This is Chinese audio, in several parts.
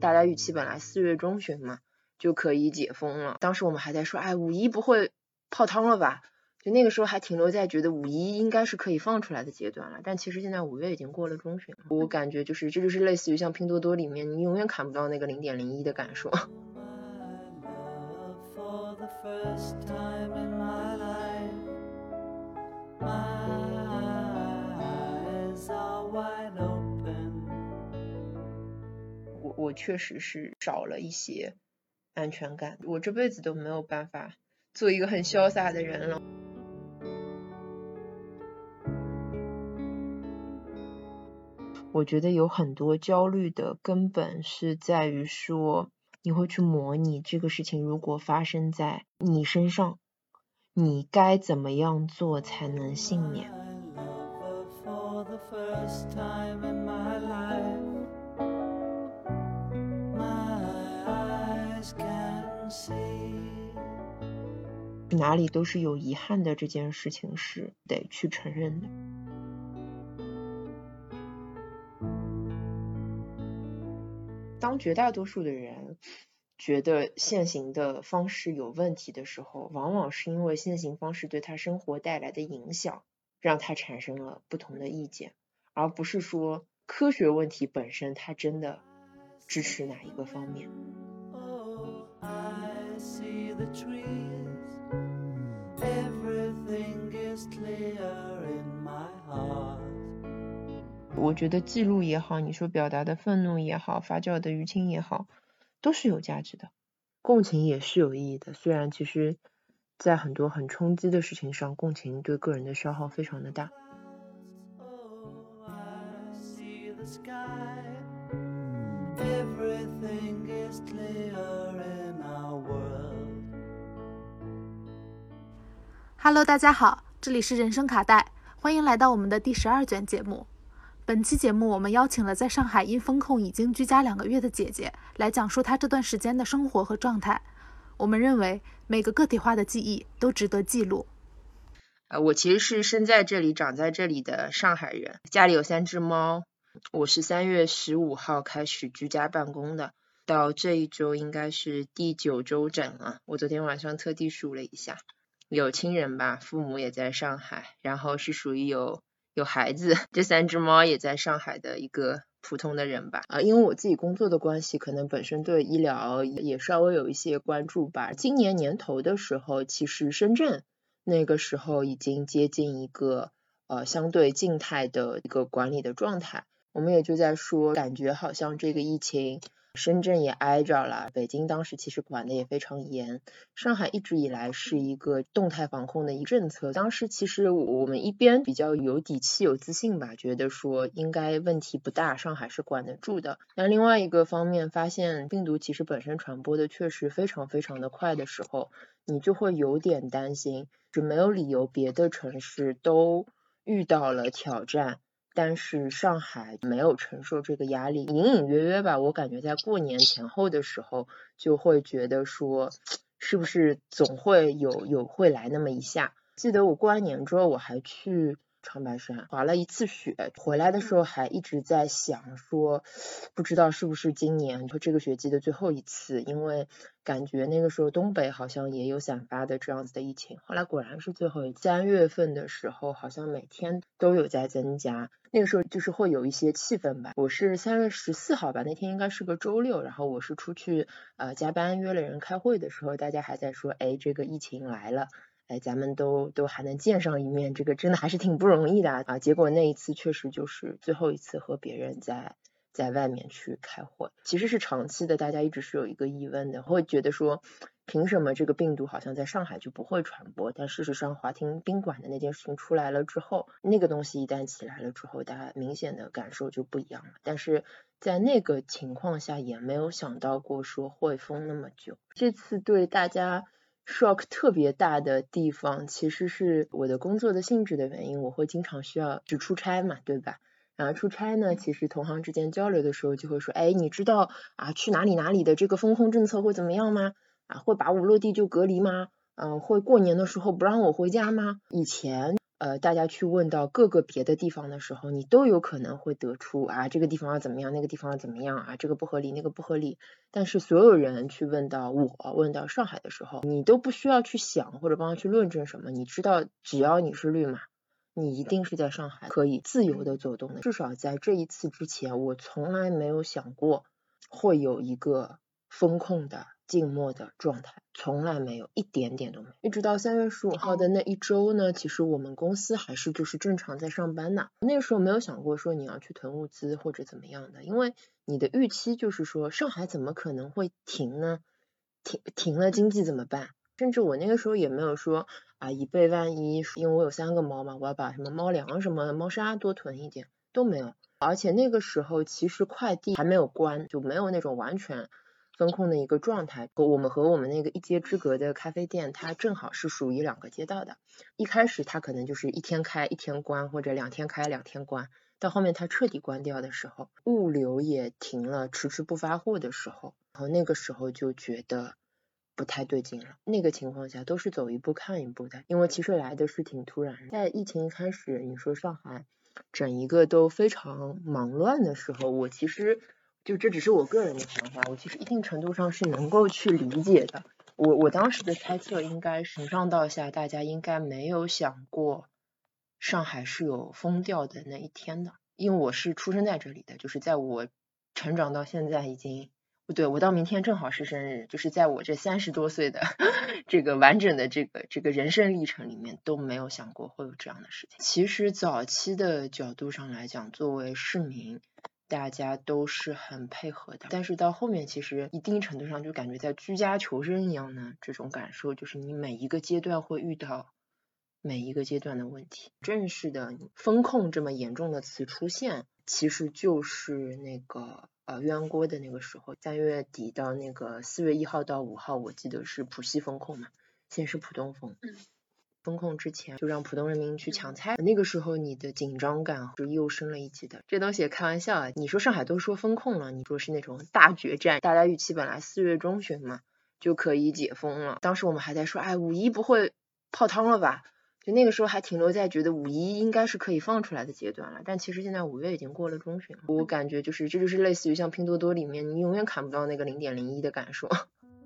大家预期本来4月中旬嘛就可以解封了，当时我们还在说5一不会泡汤了吧，就那个时候还停留在觉得5一应该是可以放出来的阶段了，但其实现在5月已经过了中旬了，我感觉就是这就是类似于像拼多多里面你永远看不到那个0.01的感受。我确实是少了一些安全感，我这辈子都没有办法做一个很潇洒的人了。我觉得有很多焦虑的根本是在于说，你会去模拟这个事情如果发生在你身上，你该怎么样做才能幸免。哪里都是有遗憾的，这件事情是得去承认的。当绝大多数的人觉得现行的方式有问题的时候，往往是因为现行方式对他生活带来的影响让他产生了不同的意见，而不是说科学问题本身他真的支持哪一个方面。我觉得记录也好，你说表达的愤怒也好，发酵的舆情也好，都是有价值的，共情也是有意义的。虽然其实在很多很冲击的事情上，共情对个人的消耗非常的大。 Hello， 大家好，这里是人生卡带，欢迎来到我们的第12卷节目。本期节目我们邀请了在上海因封控已经居家2个月的姐姐来讲述她这段时间的生活和状态。我们认为每个个体化的记忆都值得记录。 我其实是生在这里长在这里的上海人，家里有3只猫。我是3月15号开始居家办公的，到这一周应该是第9周整了。我昨天晚上特地数了一下，有亲人吧，父母也在上海，然后是属于有孩子，这3只猫也在上海的一个普通的人吧。因为我自己工作的关系，可能本身对医疗也稍微有一些关注吧。今年年头的时候，其实深圳那个时候已经接近一个相对静态的一个管理的状态。我们也就在说，感觉好像这个疫情深圳也挨着了，北京当时其实管的也非常严，上海一直以来是一个动态防控的一个政策。当时其实我们一边比较有底气有自信吧，觉得说应该问题不大，上海是管得住的。但另外一个方面发现病毒其实本身传播的确实非常非常的快的时候，你就会有点担心，是没有理由别的城市都遇到了挑战，但是上海没有承受这个压力。隐隐约约吧，我感觉在过年前后的时候就会觉得说是不是总会有会来那么一下。记得我过完年之后我还去长白山滑了一次雪，回来的时候还一直在想说不知道是不是今年这个学期的最后一次，因为感觉那个时候东北好像也有散发的这样子的疫情，后来果然是最后一次。3月份的时候好像每天都有在增加，那个时候就是会有一些气氛吧。我是3月14号吧，那天应该是个周六，然后我是出去加班约了人开会的时候，大家还在说这个疫情来了，咱们都还能见上一面，这个真的还是挺不容易的啊。结果那一次确实就是最后一次和别人在外面去开会，其实是长期的，大家一直是有一个疑问的，会觉得说凭什么这个病毒好像在上海就不会传播，但事实上华亭宾馆的那件事情出来了之后，那个东西一旦起来了之后，大家明显的感受就不一样了。但是在那个情况下也没有想到过说会封那么久。这次对大家shock 特别大的地方其实是我的工作的性质的原因，我会经常需要去出差嘛，对吧？然后出差呢，其实同行之间交流的时候就会说，你知道去哪里的这个风控政策会怎么样吗？会把我落地就隔离吗？会过年的时候不让我回家吗？以前大家去问到各个别的地方的时候，你都有可能会得出这个地方要怎么样，那个地方要怎么样这个不合理，那个不合理。但是所有人去问到上海的时候，你都不需要去想或者帮他去论证什么，你知道只要你是绿码，你一定是在上海可以自由的走动的。至少在这一次之前，我从来没有想过会有一个风控的静默的状态，从来没有，一点点都没有。一直到3月15号的那一周呢，其实我们公司还是就是正常在上班的。那个时候没有想过说你要去囤物资或者怎么样的，因为你的预期就是说上海怎么可能会停呢？停了经济怎么办？甚至我那个时候也没有说以备万一，因为我有3个猫嘛，我要把什么猫粮什么猫砂多囤一点，都没有。而且那个时候其实快递还没有关，就没有那种完全风控的一个状态。我们和我们那个一街之隔的咖啡店，它正好是属于2个街道的。一开始它可能就是1天开1天关，或者2天开2天关，到后面它彻底关掉的时候，物流也停了，迟迟不发货的时候，然后那个时候就觉得不太对劲了。那个情况下都是走一步看一步的，因为其实来的是挺突然的。在疫情一开始，你说上海整一个都非常忙乱的时候，我其实就这只是我个人的想法，我其实一定程度上是能够去理解的。我当时的猜测应该是从上到下大家应该没有想过上海是有封掉的那一天的，因为我是出生在这里的，就是在我成长到现在已经不对，我到明天正好是生日，就是在我这30多岁的这个完整的这个人生历程里面都没有想过会有这样的事情。其实早期的角度上来讲，作为市民大家都是很配合的，但是到后面其实一定程度上就感觉在居家求生一样呢，这种感受就是你每一个阶段会遇到每一个阶段的问题。正式的风控这么严重的词出现，其实就是那个鸳鸯锅的那个时候，3月底到那个4月1号到5号，我记得是浦西风控嘛，先是浦东风。风控之前就让浦东人民去抢菜，那个时候你的紧张感是又升了一级的。这东西也开玩笑你说上海都说风控了，你说是那种大决战，大家预期本来4月中旬嘛就可以解封了，当时我们还在说5一不会泡汤了吧，就那个时候还停留在觉得5一应该是可以放出来的阶段了，但其实现在5月已经过了中旬了，我感觉这就是类似于像拼多多里面你永远砍不到那个0.01的感受。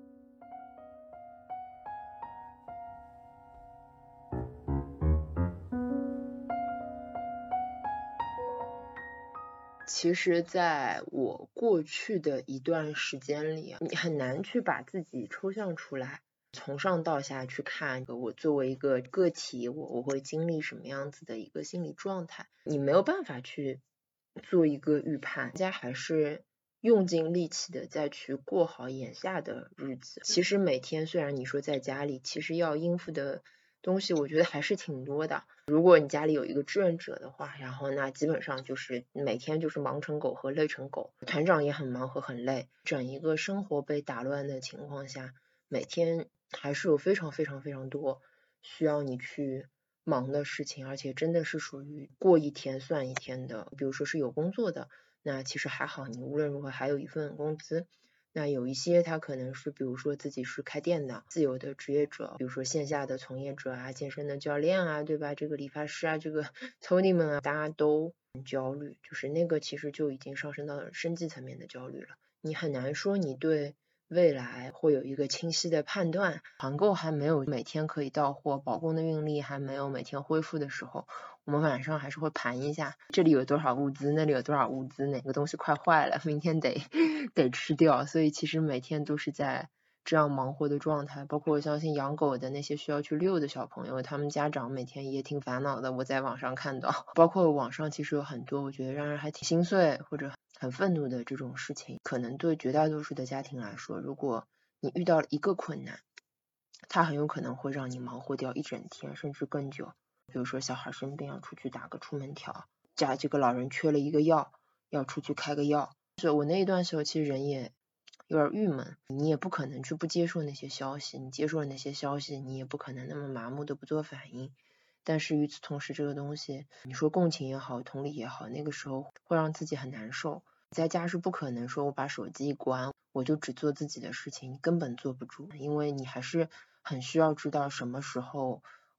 其实在我过去的一段时间里你很难去把自己抽象出来，从上到下去看我作为一个个体我会经历什么样子的一个心理状态，你没有办法去做一个预判，大家还是用尽力气的再去过好眼下的日子。其实每天虽然你说在家里，其实要应付的东西我觉得还是挺多的。如果你家里有一个志愿者的话，然后那基本上就是每天就是忙成狗和累成狗，团长也很忙和很累，整一个生活被打乱的情况下，每天还是有非常非常非常多需要你去忙的事情，而且真的是属于过一天算一天的。比如说是有工作的，那其实还好，你无论如何还有一份工资。那有一些他可能是比如说自己是开店的自由的职业者，比如说线下的从业者健身的教练对吧，这个理发师这个抽屉们大家都很焦虑，就是那个其实就已经上升到了生计层面的焦虑了。你很难说你对未来会有一个清晰的判断，团购还没有每天可以到货，保供的运力还没有每天恢复的时候，我们晚上还是会盘一下这里有多少物资，那里有多少物资，哪个东西快坏了明天得吃掉，所以其实每天都是在这样忙活的状态。包括我相信养狗的那些需要去遛的小朋友，他们家长每天也挺烦恼的，我在网上看到，包括网上其实有很多我觉得让人还挺心碎或者很愤怒的这种事情。可能对绝大多数的家庭来说，如果你遇到了一个困难，它很有可能会让你忙活掉一整天甚至更久。比如说小孩生病要出去打个出门条，家这个老人缺了一个药要出去开个药，所以我那一段时候其实人也有点郁闷，你也不可能去不接受那些消息，你接受了那些消息你也不可能那么麻木的不做反应。但是与此同时这个东西你说共情也好同理也好，那个时候会让自己很难受。在家是不可能说我把手机一关我就只做自己的事情，你根本坐不住，因为你还是很需要知道什么时候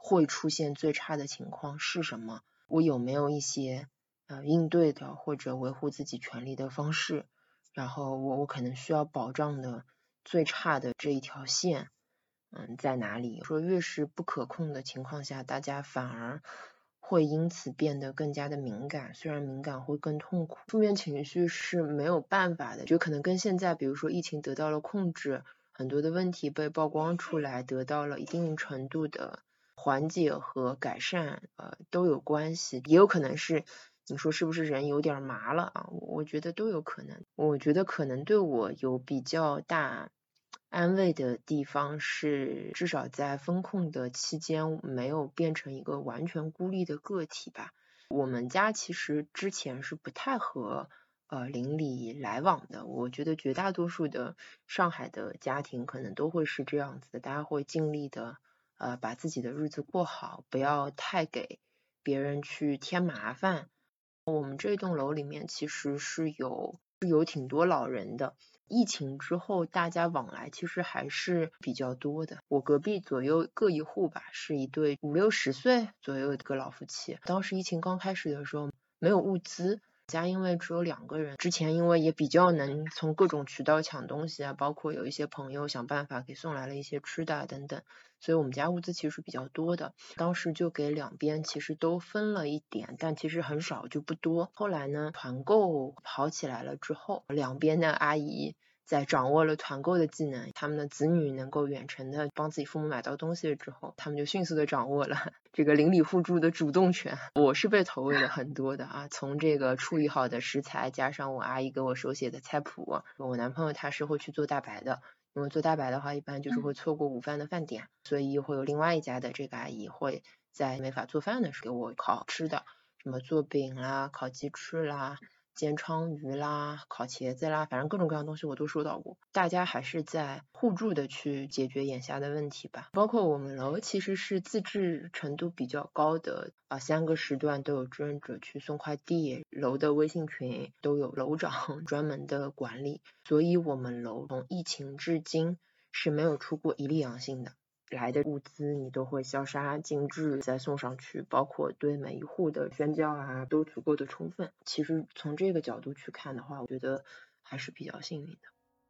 会出现最差的情况是什么，我有没有一些应对的或者维护自己权利的方式，然后我可能需要保障的最差的这一条线在哪里。说越是不可控的情况下，大家反而会因此变得更加的敏感，虽然敏感会更痛苦。负面情绪是没有办法的，就可能跟现在比如说疫情得到了控制，很多的问题被曝光出来，得到了一定程度的缓解和改善都有关系。也有可能是你说是不是人有点麻了啊？我觉得都有可能。我觉得可能对我有比较大安慰的地方是，至少在封控的期间没有变成一个完全孤立的个体吧。我们家其实之前是不太和邻里来往的，我觉得绝大多数的上海的家庭可能都会是这样子的，大家会尽力的把自己的日子过好，不要太给别人去添麻烦。我们这栋楼里面其实是有挺多老人的，疫情之后大家往来其实还是比较多的。我隔壁左右各一户吧，是一对50-60岁左右的个老夫妻。当时疫情刚开始的时候没有物资，家因为只有2个人，之前因为也比较能从各种渠道抢东西啊，包括有一些朋友想办法给送来了一些吃的等等，所以我们家物资其实比较多的。当时就给两边其实都分了一点，但其实很少，就不多。后来呢，团购跑起来了之后，两边的阿姨在掌握了团购的技能，他们的子女能够远程的帮自己父母买到东西之后，他们就迅速的掌握了这个邻里互助的主动权。我是被投喂了很多的啊，从这个处理好的食材，加上我阿姨给我手写的菜谱，我男朋友他是会去做大白的，因为做大白的话一般就是会错过午饭的饭点，所以会有另外一家的这个阿姨会在没法做饭的时候给我烤吃的，什么做饼啦、烤鸡翅啦、煎鲳鱼啦、烤茄子啦，反正各种各样的东西我都收到过。大家还是在互助的去解决眼下的问题吧。包括我们楼其实是自治程度比较高的3个时段都有志愿者去送快递，楼的微信群都有楼长专门的管理，所以我们楼从疫情至今是没有出过一例阳性的。来的物资你都会消杀尽致再送上去，包括对每一户的宣教啊都足够的充分。其实从这个角度去看的话，我觉得还是比较幸运的。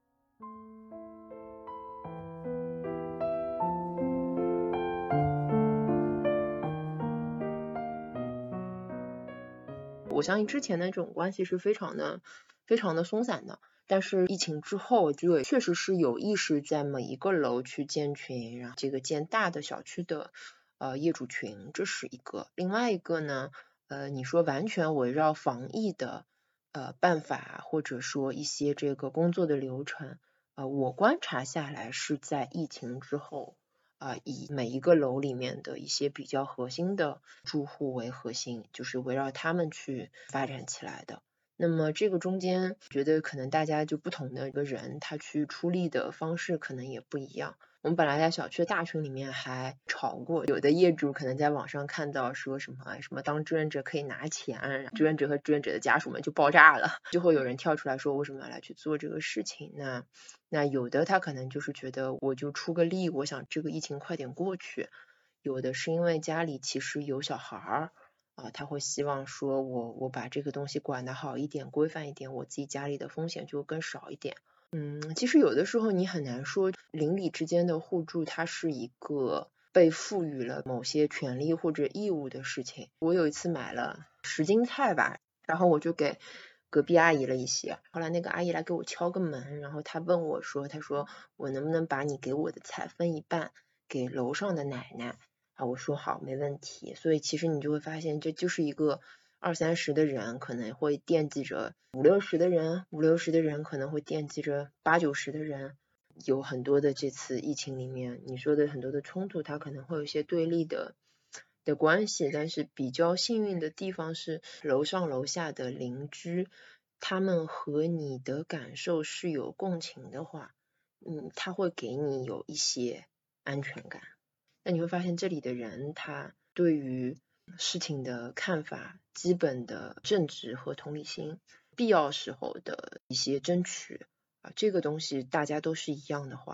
我相信之前的这种关系是非常的松散的，但是疫情之后就确实是有意识在每一个楼去建群，然后这个建大的小区的业主群，这是一个。另外一个呢你说完全围绕防疫的办法或者说一些这个工作的流程我观察下来是在疫情之后以每一个楼里面的一些比较核心的住户为核心，就是围绕他们去发展起来的。那么这个中间觉得可能大家就不同的一个人他去出力的方式可能也不一样。我们本来在小区的大群里面还吵过，有的业主可能在网上看到说什么当志愿者可以拿钱，志愿者和志愿者的家属们就爆炸了，就会有人跳出来说为什么要来去做这个事情。那有的他可能就是觉得我就出个力，我想这个疫情快点过去。有的是因为家里其实有小孩他会希望说我把这个东西管得好一点，规范一点，我自己家里的风险就更少一点。其实有的时候你很难说邻里之间的互助它是一个被赋予了某些权利或者义务的事情。我有一次买了10斤菜吧，然后我就给隔壁阿姨了一些，后来那个阿姨来给我敲个门，然后她问我说，她说我能不能把你给我的菜分一半给楼上的奶奶我说好，没问题。所以其实你就会发现这就是一个20-30的人可能会惦记着50-60的人，50-60的人可能会惦记着80-90的人。有很多的这次疫情里面你说的很多的冲突，它可能会有一些对立的关系，但是比较幸运的地方是楼上楼下的邻居他们和你的感受是有共情的话他会给你有一些安全感。那你会发现这里的人他对于事情的看法，基本的正直和同理心，必要时候的一些争取这个东西大家都是一样的话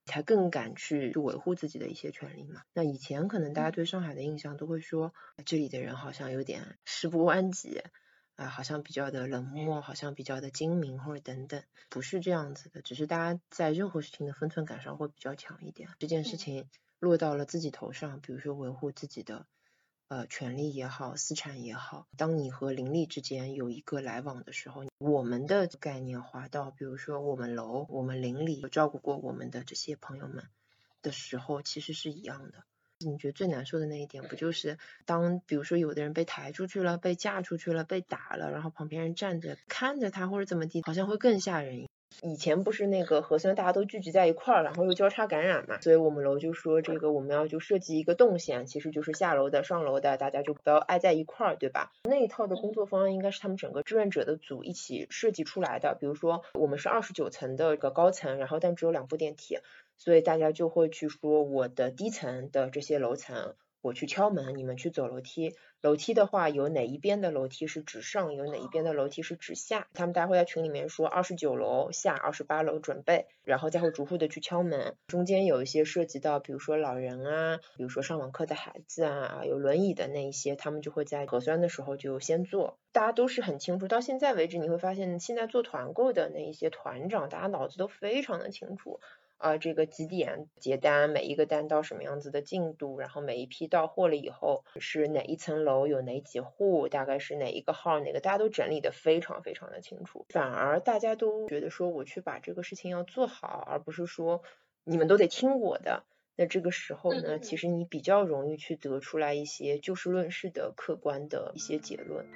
才更敢去维护自己的一些权利嘛。那以前可能大家对上海的印象都会说，这里的人好像有点事不关己好像比较的冷漠，好像比较的精明或者等等，不是这样子的，只是大家在任何事情的分寸感上会比较强一点。这件事情落到了自己头上，比如说维护自己的权利也好，私产也好，当你和邻里之间有一个来往的时候，我们的概念划到比如说我们楼，我们邻里有照顾过我们的这些朋友们的时候，其实是一样的。你觉得最难受的那一点不就是当比如说有的人被抬出去了，被架出去了，被打了，然后旁边人站着看着他或者怎么地，好像会更吓人。以前不是那个核酸大家都聚集在一块儿，然后又交叉感染嘛，所以我们楼就说这个我们要就设计一个动线，其实就是下楼的上楼的大家就不要挨在一块儿，对吧？那一套的工作方案应该是他们整个志愿者的组一起设计出来的。比如说我们是29层的一个高层，然后但只有2部电梯，所以大家就会去说我的低层的这些楼层我去敲门，你们去走楼梯。楼梯的话有哪一边的楼梯是指上，有哪一边的楼梯是指下，他们大家会在群里面说29楼下28楼准备，然后家户逐户的去敲门。中间有一些涉及到比如说老人啊，比如说上网课的孩子啊，有轮椅的那一些，他们就会在核酸的时候就先做。大家都是很清楚，到现在为止你会发现现在做团购的那一些团长大家脑子都非常的清楚这个几点结单，每一个单到什么样子的进度，然后每一批到货了以后是哪一层楼有哪几户，大概是哪一个号，哪个大家都整理的非常非常的清楚。反而大家都觉得说我去把这个事情要做好，而不是说你们都得听我的。那这个时候呢，其实你比较容易去得出来一些就事论事的客观的一些结论。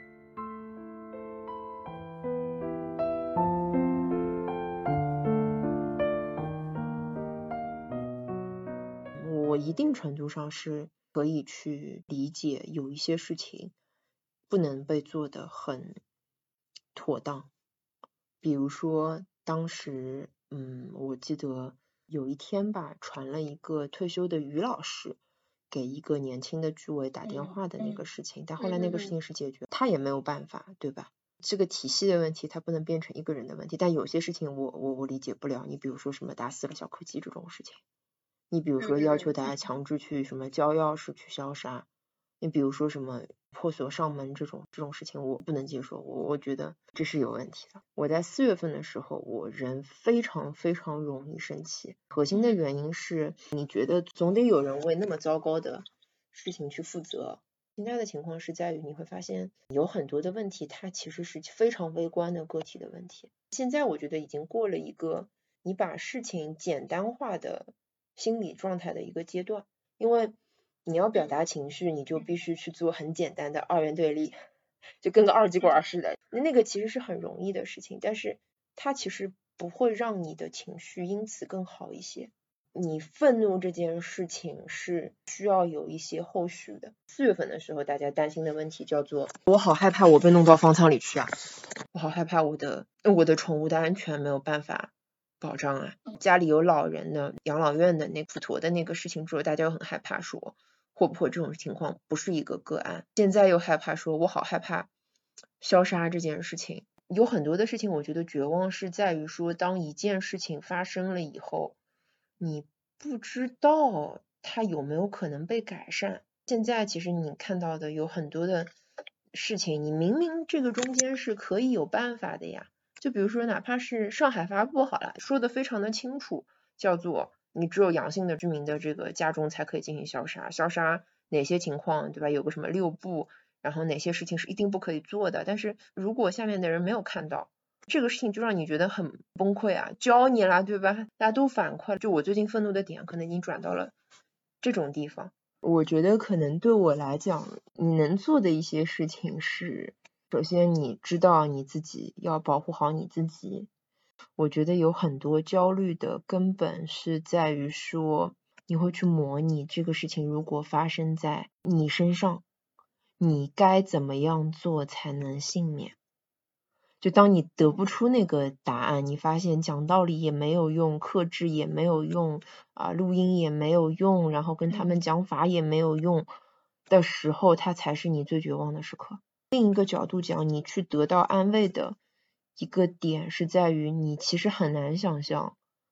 我一定程度上是可以去理解有一些事情不能被做得很妥当，比如说当时我记得有一天吧，传了一个退休的于老师给一个年轻的居委打电话的那个事情，但后来那个事情是解决，他也没有办法，对吧？这个体系的问题它不能变成一个人的问题，但有些事情我理解不了，你比如说什么打死了小柯基这种事情，你比如说要求大家强制去什么交钥匙去消杀，你比如说什么破锁上门这种事情我不能接受，我觉得这是有问题的。我在4月份的时候我人非常非常容易生气，核心的原因是你觉得总得有人为那么糟糕的事情去负责。现在的情况是在于你会发现有很多的问题它其实是非常微观的个体的问题，现在我觉得已经过了一个你把事情简单化的心理状态的一个阶段，因为你要表达情绪你就必须去做很简单的二元对立，就跟个二极管似的，那个其实是很容易的事情，但是它其实不会让你的情绪因此更好一些。你愤怒这件事情是需要有一些后续的。4月份的时候大家担心的问题叫做我好害怕我被弄到方舱里去啊，我好害怕我的宠物的安全没有办法保障啊，家里有老人的养老院的那普陀的那个事情之后，大家又很害怕说会不会这种情况不是一个个案，现在又害怕说我好害怕消杀这件事情。有很多的事情我觉得绝望是在于说当一件事情发生了以后你不知道它有没有可能被改善。现在其实你看到的有很多的事情你明明这个中间是可以有办法的呀，就比如说哪怕是上海发布好了说的非常的清楚，叫做你只有阳性的居民的这个家中才可以进行消杀，消杀哪些情况对吧，有个什么6步，然后哪些事情是一定不可以做的，但是如果下面的人没有看到这个事情，就让你觉得很崩溃啊，教你了对吧，大家都反馈，就我最近愤怒的点可能已经转到了这种地方。我觉得可能对我来讲你能做的一些事情是，首先你知道你自己要保护好你自己，我觉得有很多焦虑的根本是在于说你会去模拟这个事情如果发生在你身上你该怎么样做才能幸免。就当你得不出那个答案，你发现讲道理也没有用，克制也没有用录音也没有用，然后跟他们讲法也没有用的时候，它才是你最绝望的时刻。另一个角度讲，你去得到安慰的一个点是在于你其实很难想象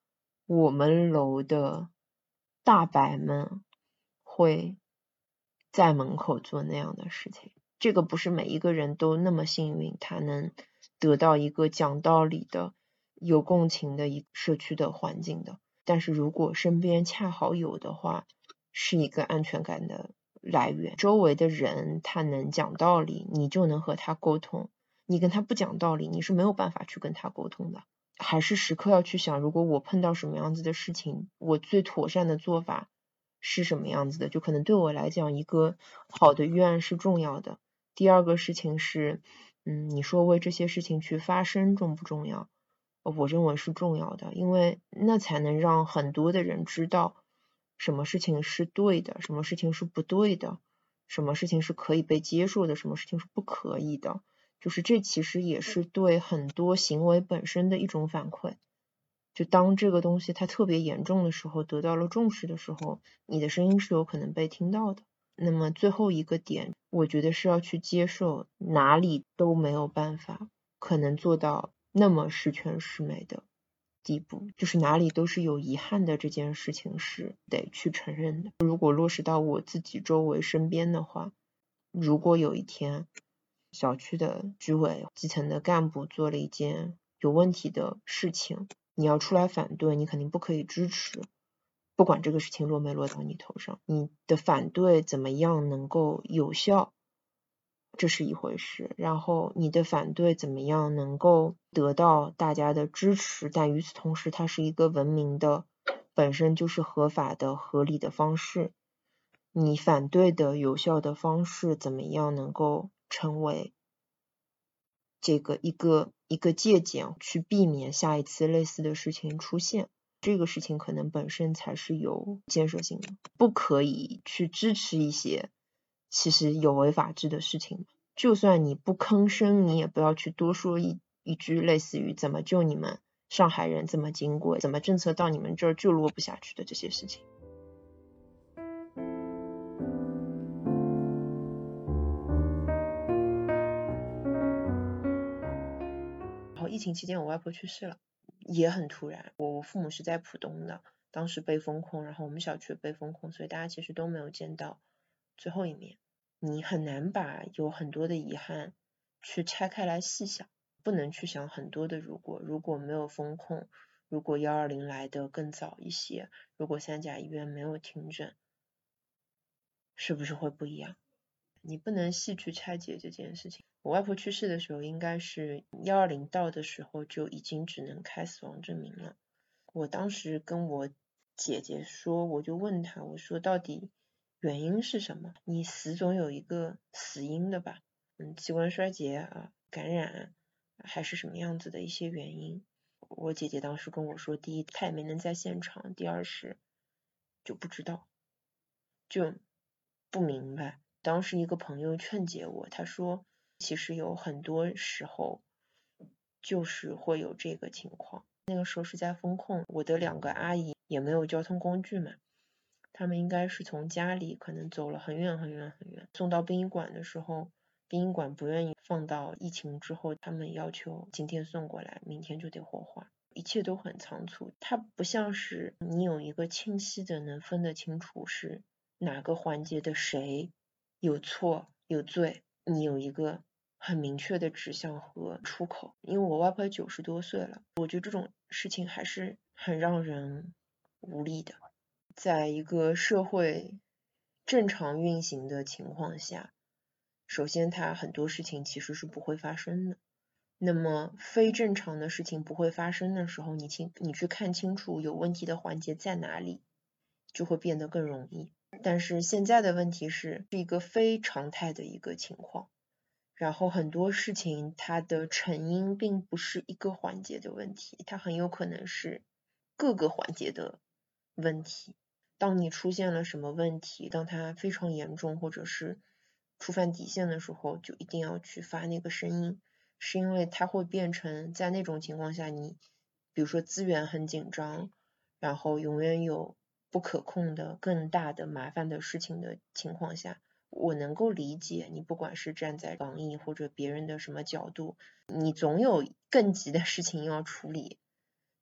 我们楼的大白们会在门口做那样的事情。这个不是每一个人都那么幸运，他能得到一个讲道理的、有共情的一个社区的环境的。但是如果身边恰好有的话，是一个安全感的来源。周围的人他能讲道理，你就能和他沟通。你跟他不讲道理，你是没有办法去跟他沟通的。还是时刻要去想，如果我碰到什么样子的事情，我最妥善的做法是什么样子的。就可能对我来讲，一个好的预案是重要的。第二个事情是你说为这些事情去发声重不重要？我认为是重要的，因为那才能让很多的人知道什么事情是对的，什么事情是不对的，什么事情是可以被接受的，什么事情是不可以的。就是这其实也是对很多行为本身的一种反馈。就当这个东西它特别严重的时候，得到了重视的时候，你的声音是有可能被听到的。那么最后一个点，我觉得是要去接受哪里都没有办法可能做到那么十全十美的地步，就是哪里都是有遗憾的，这件事情是得去承认的。如果落实到我自己周围身边的话，如果有一天小区的居委基层的干部做了一件有问题的事情，你要出来反对，你肯定不可以支持。不管这个事情落没落到你头上，你的反对怎么样能够有效，这是一回事。然后你的反对怎么样能够得到大家的支持，但与此同时它是一个文明的，本身就是合法的合理的方式。你反对的有效的方式怎么样能够成为这个一个借鉴，去避免下一次类似的事情出现。这个事情可能本身才是有建设性的，不可以去支持一些其实有违法治的事情。就算你不吭声，你也不要去多说一句类似于怎么就你们上海人这么金贵，怎么政策到你们这儿就落不下去的这些事情。然后疫情期间我外婆去世了，也很突然。我父母是在浦东的，当时被封控，然后我们小区被封控，所以大家其实都没有见到最后一面。你很难把有很多的遗憾去拆开来细想，不能去想很多的如果没有封控，如果120来的更早一些，如果三甲医院没有停诊，是不是会不一样？你不能细去拆解这件事情。我外婆去世的时候，应该是120到的时候就已经只能开死亡证明了。我当时跟我姐姐说，我就问她，我说到底原因是什么？你死总有一个死因的吧？器官衰竭啊，感染还是什么样子的一些原因？我姐姐当时跟我说，第一她也没能在现场，第二是就不知道，就不明白。当时一个朋友劝解我，他说其实有很多时候就是会有这个情况。那个时候是在封控，我的2个阿姨也没有交通工具嘛，他们应该是从家里可能走了很远很远很远，送到殡仪馆的时候，殡仪馆不愿意放到疫情之后，他们要求今天送过来，明天就得火化，一切都很仓促。它不像是你有一个清晰的能分得清楚是哪个环节的谁有错有罪，你有一个很明确的指向和出口。因为我外婆90多岁了，我觉得这种事情还是很让人无力的。在一个社会正常运行的情况下，首先它很多事情其实是不会发生的。那么非正常的事情不会发生的时候，你去看清楚有问题的环节在哪里，就会变得更容易。但是现在的问题是一个非常态的一个情况，然后很多事情它的成因并不是一个环节的问题，它很有可能是各个环节的问题。当你出现了什么问题，当它非常严重或者是触犯底线的时候，就一定要去发那个声音，是因为它会变成在那种情况下，你比如说资源很紧张，然后永远有不可控的更大的麻烦的事情的情况下，我能够理解你不管是站在防疫或者别人的什么角度，你总有更急的事情要处理，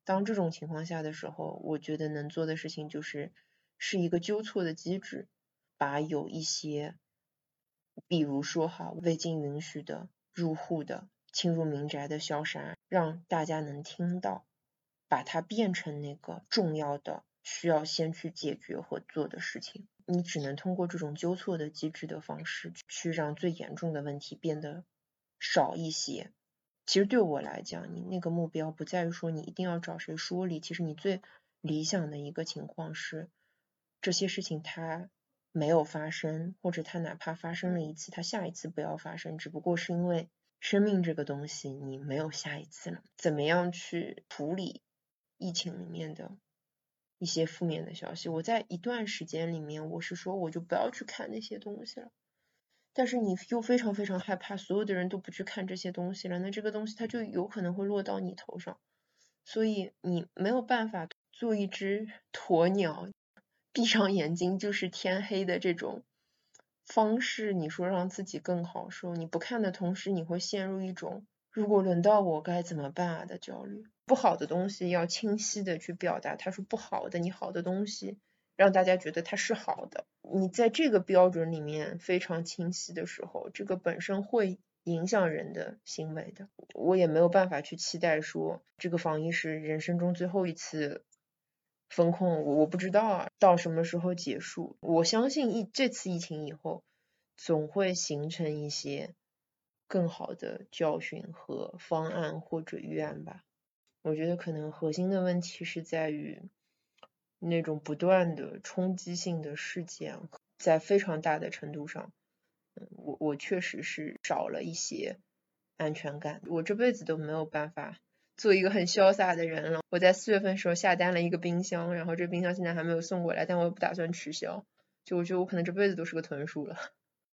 当这种情况下的时候，我觉得能做的事情就是一个纠错的机制，把有一些比如说未经允许的入户的侵入民宅的消杀，让大家能听到，把它变成那个重要的需要先去解决和做的事情。你只能通过这种纠错的机制的方式去让最严重的问题变得少一些。其实对我来讲，你那个目标不在于说你一定要找谁说理，其实你最理想的一个情况是这些事情它没有发生，或者它哪怕发生了一次，它下一次不要发生，只不过是因为生命这个东西你没有下一次了。怎么样去处理疫情里面的一些负面的消息？我在一段时间里面我是说我就不要去看那些东西了，但是你又非常非常害怕所有的人都不去看这些东西了，那这个东西它就有可能会落到你头上，所以你没有办法做一只鸵鸟，闭上眼睛就是天黑的这种方式，你说让自己更好受，你不看的同时你会陷入一种如果轮到我该怎么办啊的焦虑。不好的东西要清晰的去表达它是不好的，你好的东西让大家觉得它是好的，你在这个标准里面非常清晰的时候，这个本身会影响人的行为的。我也没有办法去期待说这个防疫是人生中最后一次封控，我不知道啊，到什么时候结束。我相信这次疫情以后总会形成一些更好的教训和方案或者预案吧。我觉得可能核心的问题是在于那种不断的冲击性的事件，在非常大的程度上我确实是少了一些安全感。我这辈子都没有办法做一个很潇洒的人了。我在4月份时候下单了一个冰箱，然后这冰箱现在还没有送过来，但我也不打算取消，就我觉得我可能这辈子都是个囤鼠了。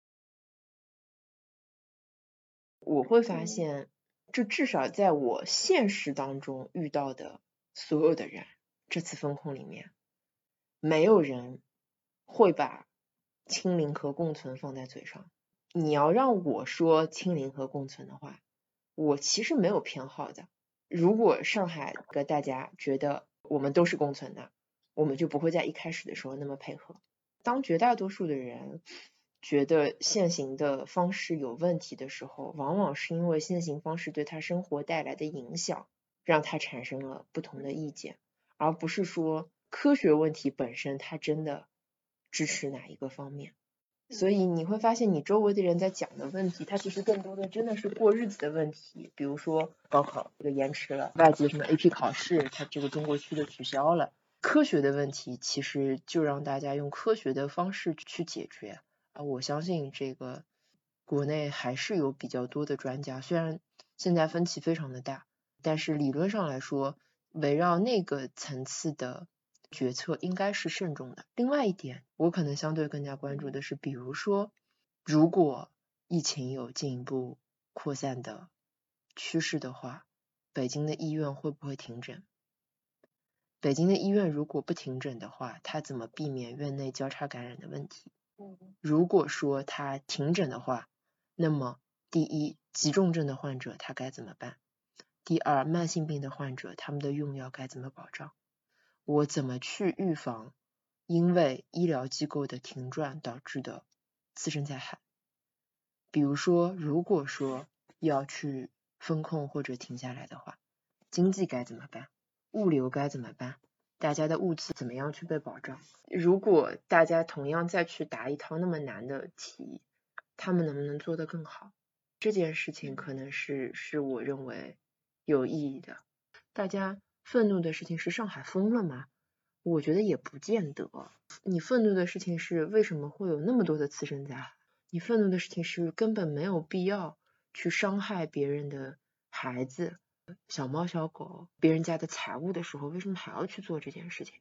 我会发现就至少在我现实当中遇到的所有的人，这次封控里面没有人会把清零和共存放在嘴上。你要让我说清零和共存的话，我其实没有偏好的。如果上海的大家觉得我们都是共存的，我们就不会在一开始的时候那么配合。当绝大多数的人觉得现行的方式有问题的时候，往往是因为现行方式对他生活带来的影响，让他产生了不同的意见，而不是说科学问题本身它真的支持哪一个方面。所以你会发现你周围的人在讲的问题，它其实更多的真的是过日子的问题，比如说高考这个延迟了，外界什么 AP 考试它这个中国区的取消了，科学的问题其实就让大家用科学的方式去解决啊。我相信这个国内还是有比较多的专家，虽然现在分歧非常的大，但是理论上来说围绕那个层次的决策应该是慎重的。另外一点我可能相对更加关注的是，比如说如果疫情有进一步扩散的趋势的话，北京的医院会不会停诊？北京的医院如果不停诊的话，它怎么避免院内交叉感染的问题？如果说它停诊的话，那么第一，急重症的患者他该怎么办？第二，慢性病的患者他们的用药该怎么保障？我怎么去预防因为医疗机构的停转导致的次生灾害？比如说如果说要去封控或者停下来的话，经济该怎么办？物流该怎么办？大家的物资怎么样去被保障？如果大家同样再去答一套那么难的题，他们能不能做得更好？这件事情可能是我认为有意义的。大家愤怒的事情是上海封了吗？我觉得也不见得。你愤怒的事情是为什么会有那么多的次生灾害？你愤怒的事情是根本没有必要去伤害别人的孩子、小猫小狗、别人家的财物的时候，为什么还要去做这件事情？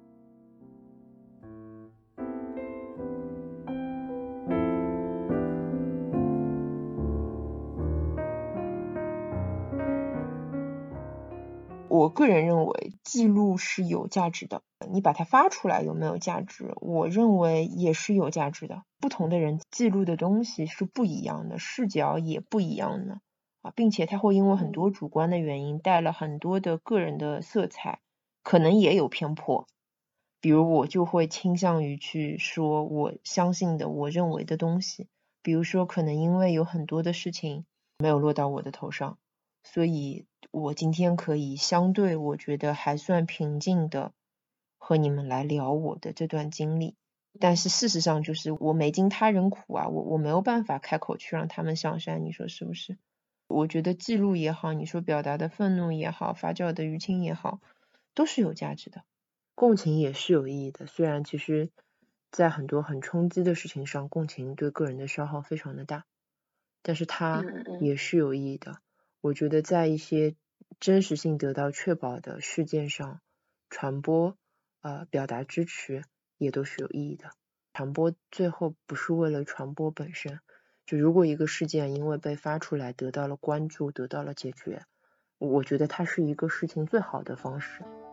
我个人认为记录是有价值的，你把它发出来有没有价值？我认为也是有价值的。不同的人记录的东西是不一样的，视角也不一样的并且它会因为很多主观的原因带了很多的个人的色彩，可能也有偏颇。比如我就会倾向于去说我相信的我认为的东西，比如说可能因为有很多的事情没有落到我的头上，所以我今天可以相对我觉得还算平静的和你们来聊我的这段经历。但是事实上就是我没经他人苦啊，我没有办法开口去让他们向善，你说是不是？我觉得记录也好，你说表达的愤怒也好，发酵的舆情也好，都是有价值的。共情也是有意义的，虽然其实在很多很冲击的事情上，共情对个人的消耗非常的大，但是它也是有意义的。我觉得在一些真实性得到确保的事件上，传播表达支持也都是有意义的。传播最后不是为了传播本身，就如果一个事件因为被发出来得到了关注，得到了解决，我觉得它是一个事情最好的方式。